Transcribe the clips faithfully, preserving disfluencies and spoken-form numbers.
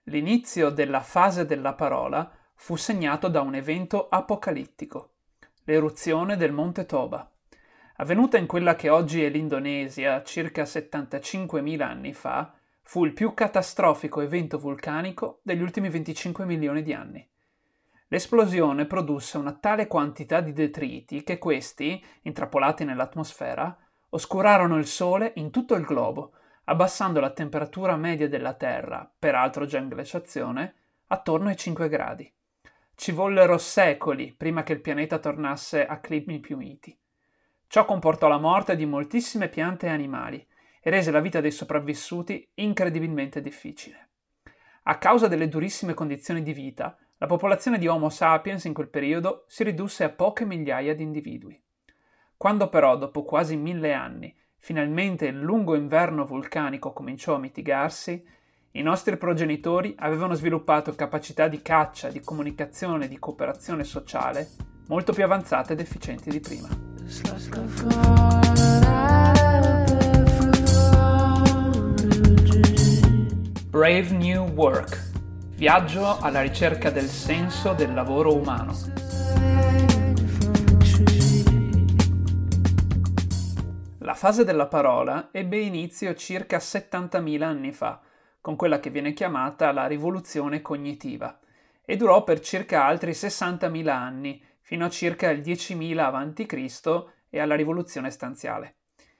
L'inizio della fase della parola fu segnato da un evento apocalittico, l'eruzione del Monte Toba. Avvenuta in quella che oggi è l'Indonesia circa settantacinquemila anni fa, fu il più catastrofico evento vulcanico degli ultimi venticinque milioni di anni. L'esplosione produsse una tale quantità di detriti che questi, intrappolati nell'atmosfera, oscurarono il Sole in tutto il globo, abbassando la temperatura media della Terra, peraltro già in glaciazione, attorno ai cinque gradi. Ci vollero secoli prima che il pianeta tornasse a climi più miti. Ciò comportò la morte di moltissime piante e animali e rese la vita dei sopravvissuti incredibilmente difficile. A causa delle durissime condizioni di vita, la popolazione di Homo sapiens in quel periodo si ridusse a poche migliaia di individui. Quando però, dopo quasi mille anni, finalmente il lungo inverno vulcanico cominciò a mitigarsi, i nostri progenitori avevano sviluppato capacità di caccia, di comunicazione e di cooperazione sociale molto più avanzate ed efficienti di prima. Brave New Work. Viaggio alla ricerca del senso del lavoro umano. La fase della parola ebbe inizio circa settantamila anni fa, con quella che viene chiamata la rivoluzione cognitiva, e durò per circa altri sessantamila anni, fino a circa il diecimila avanti Cristo e alla rivoluzione stanziale.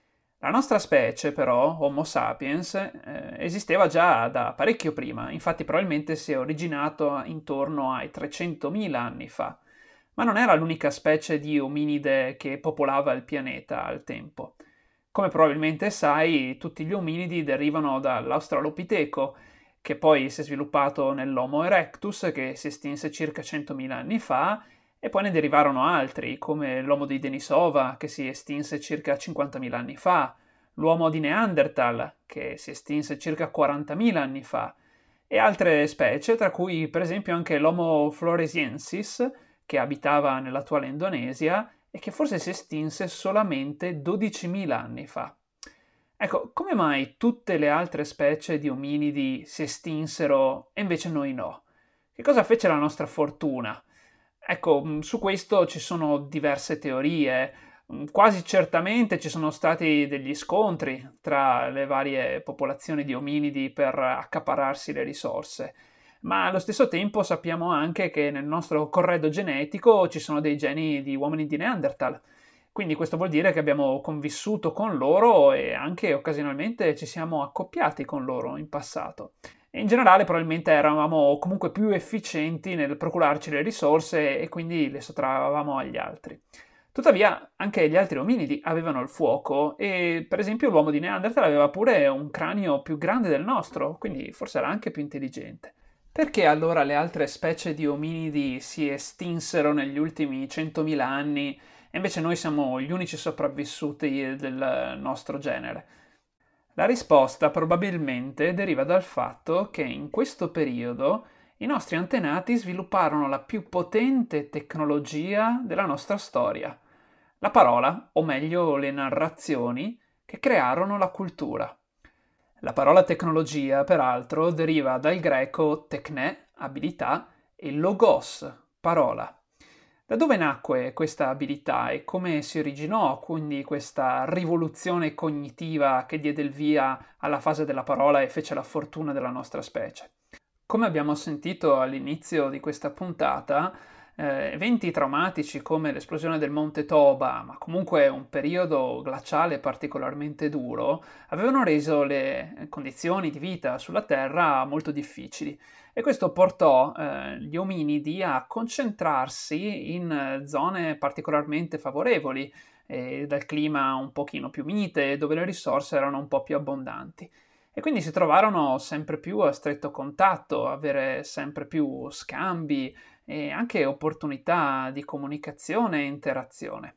La nostra specie, però, Homo sapiens, eh, esisteva già da parecchio prima, infatti probabilmente si è originato intorno ai trecentomila anni fa, ma non era l'unica specie di ominide che popolava il pianeta al tempo. Come probabilmente sai, tutti gli ominidi derivano dall'Australopiteco, che poi si è sviluppato nell'Homo erectus, che si estinse circa centomila anni fa, e poi ne derivarono altri, come l'Homo di Denisova, che si estinse circa cinquantamila anni fa, l'uomo di Neanderthal, che si estinse circa quarantamila anni fa, e altre specie, tra cui per esempio anche l'Homo floresiensis, che abitava nell'attuale Indonesia, e che forse si estinse solamente dodicimila anni fa. Ecco, come mai tutte le altre specie di ominidi si estinsero e invece noi no? Che cosa fece la nostra fortuna? Ecco, su questo ci sono diverse teorie. Quasi certamente ci sono stati degli scontri tra le varie popolazioni di ominidi per accaparrarsi le risorse. Ma allo stesso tempo sappiamo anche che nel nostro corredo genetico ci sono dei geni di uomini di Neanderthal. Quindi questo vuol dire che abbiamo convissuto con loro e anche occasionalmente ci siamo accoppiati con loro in passato. E in generale probabilmente eravamo comunque più efficienti nel procurarci le risorse e quindi le sottraevamo agli altri. Tuttavia anche gli altri ominidi avevano il fuoco e per esempio l'uomo di Neanderthal aveva pure un cranio più grande del nostro, quindi forse era anche più intelligente. Perché allora le altre specie di ominidi si estinsero negli ultimi centomila anni e invece noi siamo gli unici sopravvissuti del nostro genere? La risposta probabilmente deriva dal fatto che in questo periodo i nostri antenati svilupparono la più potente tecnologia della nostra storia, la parola, o meglio le narrazioni, che crearono la cultura. La parola tecnologia, peraltro, deriva dal greco tekne, abilità, e logos, parola. Da dove nacque questa abilità e come si originò quindi questa rivoluzione cognitiva che diede il via alla fase della parola e fece la fortuna della nostra specie? Come abbiamo sentito all'inizio di questa puntata, eh, eventi traumatici come l'esplosione del Monte Toba, ma comunque un periodo glaciale particolarmente duro, avevano reso le condizioni di vita sulla Terra molto difficili. E questo portò eh, gli ominidi a concentrarsi in eh, zone particolarmente favorevoli, eh, dal clima un pochino più mite, dove le risorse erano un po' più abbondanti. E quindi si trovarono sempre più a stretto contatto, avere sempre più scambi e anche opportunità di comunicazione e interazione.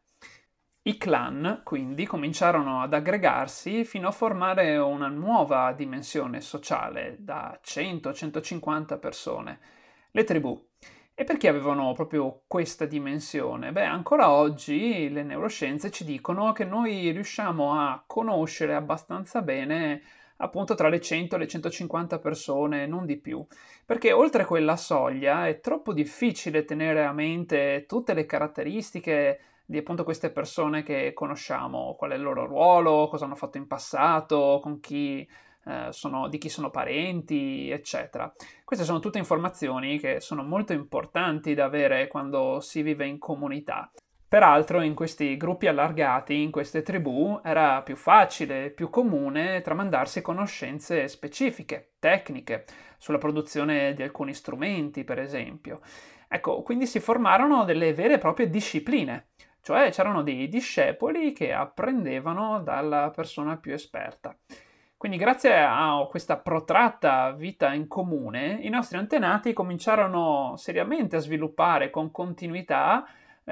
I clan, quindi, cominciarono ad aggregarsi fino a formare una nuova dimensione sociale da cento centocinquanta persone, le tribù. E perché avevano proprio questa dimensione? Beh, ancora oggi le neuroscienze ci dicono che noi riusciamo a conoscere abbastanza bene appunto tra le cento e le centocinquanta persone, non di più, perché oltre quella soglia è troppo difficile tenere a mente tutte le caratteristiche di appunto queste persone che conosciamo, qual è il loro ruolo, cosa hanno fatto in passato, con chi eh, sono, di chi sono parenti, eccetera. Queste sono tutte informazioni che sono molto importanti da avere quando si vive in comunità. Peraltro in questi gruppi allargati, in queste tribù, era più facile, più comune tramandarsi conoscenze specifiche, tecniche, sulla produzione di alcuni strumenti, per esempio. Ecco, quindi si formarono delle vere e proprie discipline, cioè c'erano dei discepoli che apprendevano dalla persona più esperta. Quindi grazie a questa protratta vita in comune, i nostri antenati cominciarono seriamente a sviluppare con continuità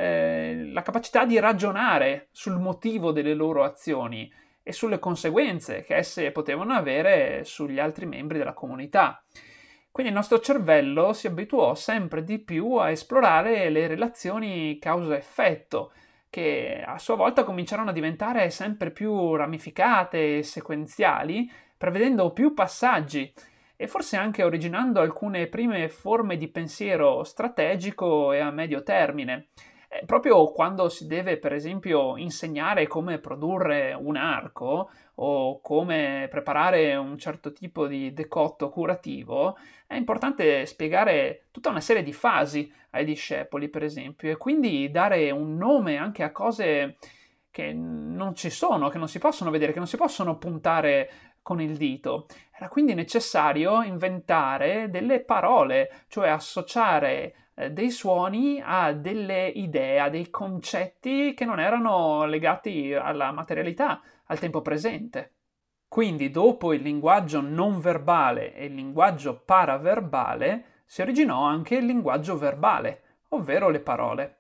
eh, la capacità di ragionare sul motivo delle loro azioni e sulle conseguenze che esse potevano avere sugli altri membri della comunità. Quindi il nostro cervello si abituò sempre di più a esplorare le relazioni causa-effetto, che a sua volta cominciarono a diventare sempre più ramificate e sequenziali, prevedendo più passaggi e forse anche originando alcune prime forme di pensiero strategico e a medio termine. Eh, proprio quando si deve, per esempio, insegnare come produrre un arco o come preparare un certo tipo di decotto curativo, è importante spiegare tutta una serie di fasi ai discepoli, per esempio, e quindi dare un nome anche a cose che non ci sono, che non si possono vedere, che non si possono puntare con il dito. Era quindi necessario inventare delle parole, cioè associare eh, dei suoni a delle idee, a dei concetti che non erano legati alla materialità, al tempo presente. Quindi, dopo il linguaggio non verbale e il linguaggio paraverbale, si originò anche il linguaggio verbale, ovvero le parole.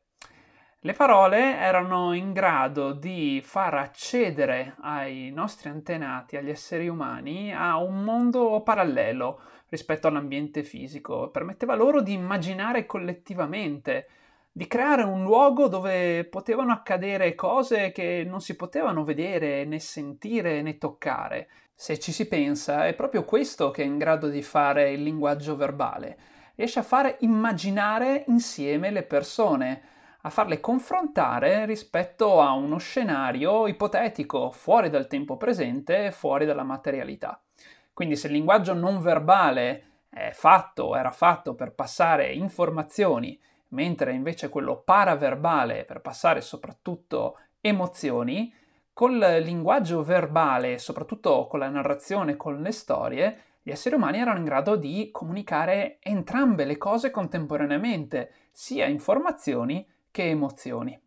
Le parole erano in grado di far accedere ai nostri antenati, agli esseri umani, a un mondo parallelo rispetto all'ambiente fisico. Permetteva loro di immaginare collettivamente, di creare un luogo dove potevano accadere cose che non si potevano vedere, né sentire, né toccare. Se ci si pensa, è proprio questo che è in grado di fare il linguaggio verbale. Riesce a fare immaginare insieme le persone, a farle confrontare rispetto a uno scenario ipotetico, fuori dal tempo presente, fuori dalla materialità. Quindi se il linguaggio non verbale è fatto, era fatto per passare informazioni, mentre invece quello paraverbale per passare soprattutto emozioni, col linguaggio verbale, soprattutto con la narrazione, con le storie, gli esseri umani erano in grado di comunicare entrambe le cose contemporaneamente, sia informazioni che emozioni.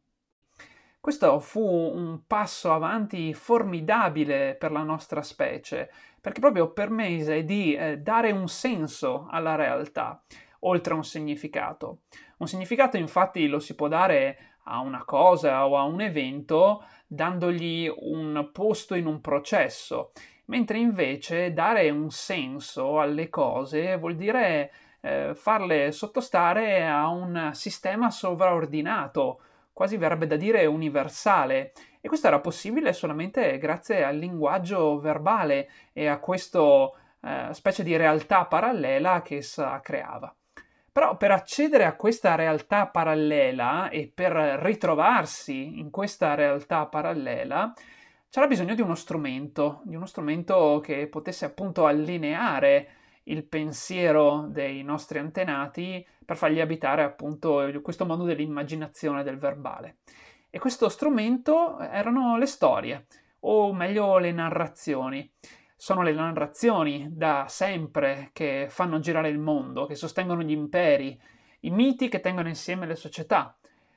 Questo fu un passo avanti formidabile per la nostra specie, perché proprio permise di eh, dare un senso alla realtà, oltre a un significato. Un significato infatti lo si può dare a una cosa o a un evento dandogli un posto in un processo, mentre invece dare un senso alle cose vuol dire eh, farle sottostare a un sistema sovraordinato, quasi verrebbe da dire universale, e questo era possibile solamente grazie al linguaggio verbale e a questo eh, specie di realtà parallela che essa creava. Però per accedere a questa realtà parallela e per ritrovarsi in questa realtà parallela c'era bisogno di uno strumento, di uno strumento che potesse appunto allineare il pensiero dei nostri antenati per fargli abitare appunto questo mondo dell'immaginazione del verbale. E questo strumento erano le storie, o meglio le narrazioni. Sono le narrazioni da sempre che fanno girare il mondo, che sostengono gli imperi, i miti che tengono insieme le società,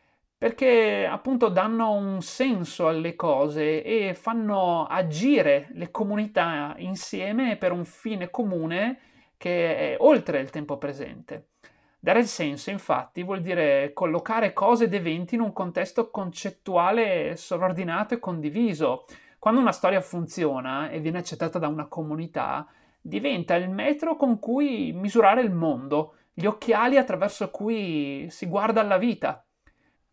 perché appunto danno un senso alle cose e fanno agire le comunità insieme per un fine comune che è oltre il tempo presente. Dare il senso, infatti, vuol dire collocare cose ed eventi in un contesto concettuale sovraordinato e condiviso. Quando una storia funziona e viene accettata da una comunità, diventa il metro con cui misurare il mondo, gli occhiali attraverso cui si guarda alla vita.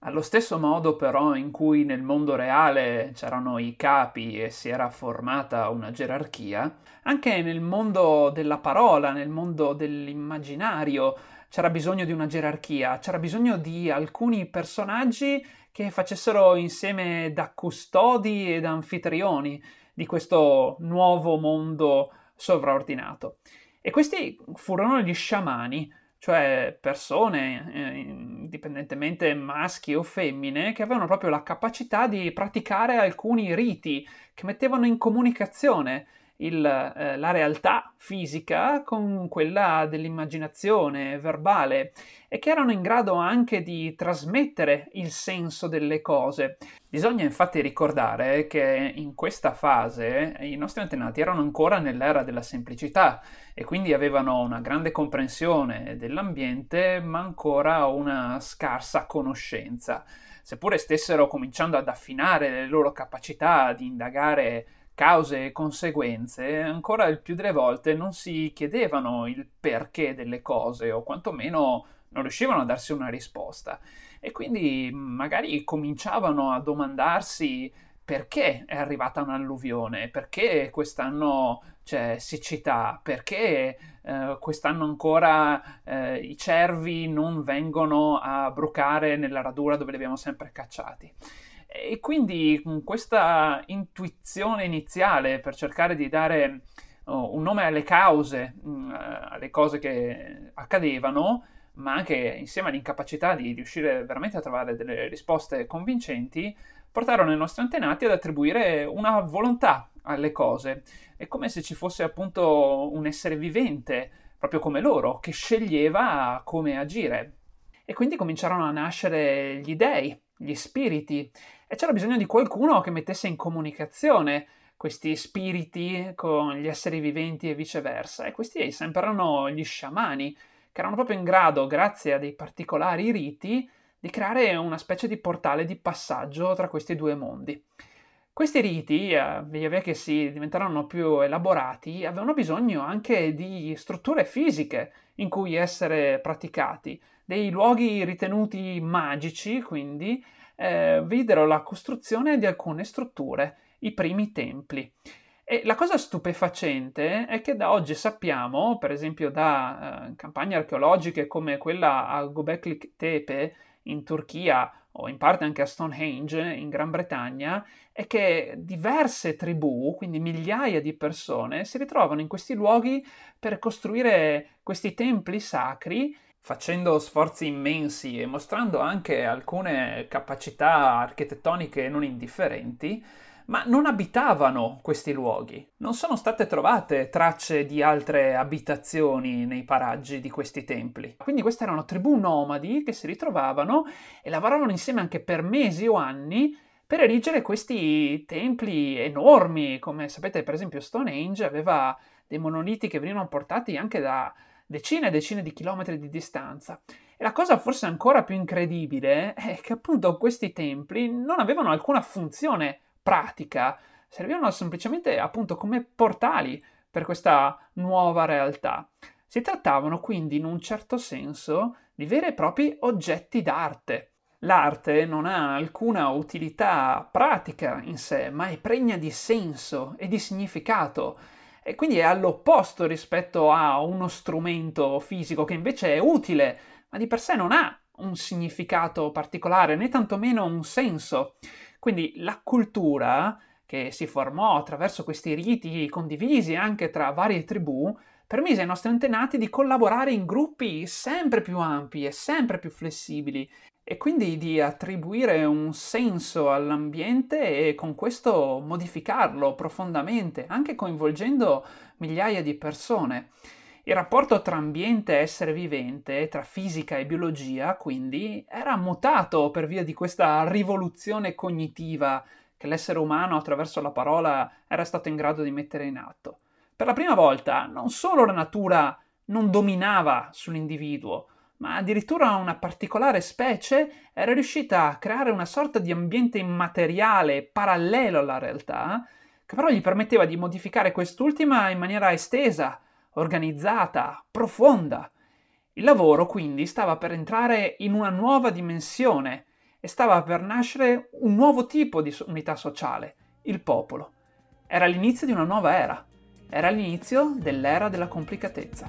Allo stesso modo però in cui nel mondo reale c'erano i capi e si era formata una gerarchia, anche nel mondo della parola, nel mondo dell'immaginario, c'era bisogno di una gerarchia, c'era bisogno di alcuni personaggi che facessero insieme da custodi e da anfitrioni di questo nuovo mondo sovraordinato. E questi furono gli sciamani, cioè persone, eh, indipendentemente maschi o femmine, che avevano proprio la capacità di praticare alcuni riti che mettevano in comunicazione il, eh, la realtà fisica con quella dell'immaginazione verbale e che erano in grado anche di trasmettere il senso delle cose. Bisogna infatti ricordare che in questa fase i nostri antenati erano ancora nell'era della semplicità e quindi avevano una grande comprensione dell'ambiente, ma ancora una scarsa conoscenza. Seppure stessero cominciando ad affinare le loro capacità di indagare cause e conseguenze, ancora il più delle volte non si chiedevano il perché delle cose o quantomeno non riuscivano a darsi una risposta e quindi magari cominciavano a domandarsi perché è arrivata un'alluvione, perché quest'anno c'è siccità, perché eh, quest'anno ancora eh, i cervi non vengono a brucare nella radura dove li abbiamo sempre cacciati. E quindi con questa intuizione iniziale per cercare di dare oh, un nome alle cause, mh, alle cose che accadevano, ma anche insieme all'incapacità di riuscire veramente a trovare delle risposte convincenti, portarono i nostri antenati ad attribuire una volontà alle cose. È come se ci fosse appunto un essere vivente, proprio come loro, che sceglieva come agire. E quindi cominciarono a nascere gli dei, gli spiriti, e c'era bisogno di qualcuno che mettesse in comunicazione questi spiriti con gli esseri viventi e viceversa. E questi sembrano gli sciamani, che erano proprio in grado, grazie a dei particolari riti, di creare una specie di portale di passaggio tra questi due mondi. Questi riti, eh, via via che si diventarono più elaborati, avevano bisogno anche di strutture fisiche in cui essere praticati, dei luoghi ritenuti magici, quindi, eh, videro la costruzione di alcune strutture, i primi templi. E la cosa stupefacente è che da oggi sappiamo, per esempio da eh, campagne archeologiche come quella a Göbekli Tepe in Turchia o in parte anche a Stonehenge in Gran Bretagna, è che diverse tribù, quindi migliaia di persone, si ritrovano in questi luoghi per costruire questi templi sacri, facendo sforzi immensi e mostrando anche alcune capacità architettoniche non indifferenti, ma non abitavano questi luoghi. Non sono state trovate tracce di altre abitazioni nei paraggi di questi templi. Quindi queste erano tribù nomadi che si ritrovavano e lavoravano insieme anche per mesi o anni per erigere questi templi enormi. Come sapete, per esempio, Stonehenge aveva dei monoliti che venivano portati anche da decine e decine di chilometri di distanza. E la cosa forse ancora più incredibile è che appunto questi templi non avevano alcuna funzione pratica, servivano semplicemente appunto come portali per questa nuova realtà. Si trattavano quindi in un certo senso di veri e propri oggetti d'arte. L'arte non ha alcuna utilità pratica in sé, ma è pregna di senso e di significato e quindi è all'opposto rispetto a uno strumento fisico che invece è utile, ma di per sé non ha un significato particolare né tantomeno un senso. Quindi la cultura, che si formò attraverso questi riti condivisi anche tra varie tribù, permise ai nostri antenati di collaborare in gruppi sempre più ampi e sempre più flessibili e quindi di attribuire un senso all'ambiente e con questo modificarlo profondamente, anche coinvolgendo migliaia di persone. Il rapporto tra ambiente e essere vivente, tra fisica e biologia, quindi, era mutato per via di questa rivoluzione cognitiva che l'essere umano attraverso la parola era stato in grado di mettere in atto. Per la prima volta, non solo la natura non dominava sull'individuo, ma addirittura una particolare specie era riuscita a creare una sorta di ambiente immateriale parallelo alla realtà, che però gli permetteva di modificare quest'ultima in maniera estesa, organizzata, profonda. Il lavoro quindi stava per entrare in una nuova dimensione e stava per nascere un nuovo tipo di unità sociale, il popolo. Era l'inizio di una nuova era. Era l'inizio dell'era della complicatezza.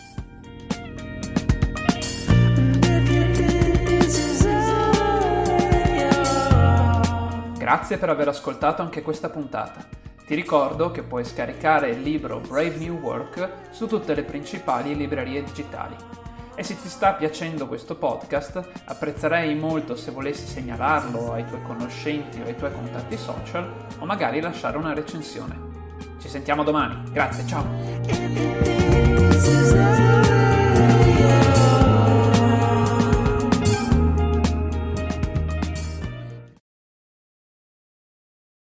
Grazie per aver ascoltato anche questa puntata. Ti ricordo che puoi scaricare il libro Brave New Work su tutte le principali librerie digitali. E se ti sta piacendo questo podcast, apprezzerei molto se volessi segnalarlo ai tuoi conoscenti o ai tuoi contatti social o magari lasciare una recensione. Ci sentiamo domani. Grazie, ciao!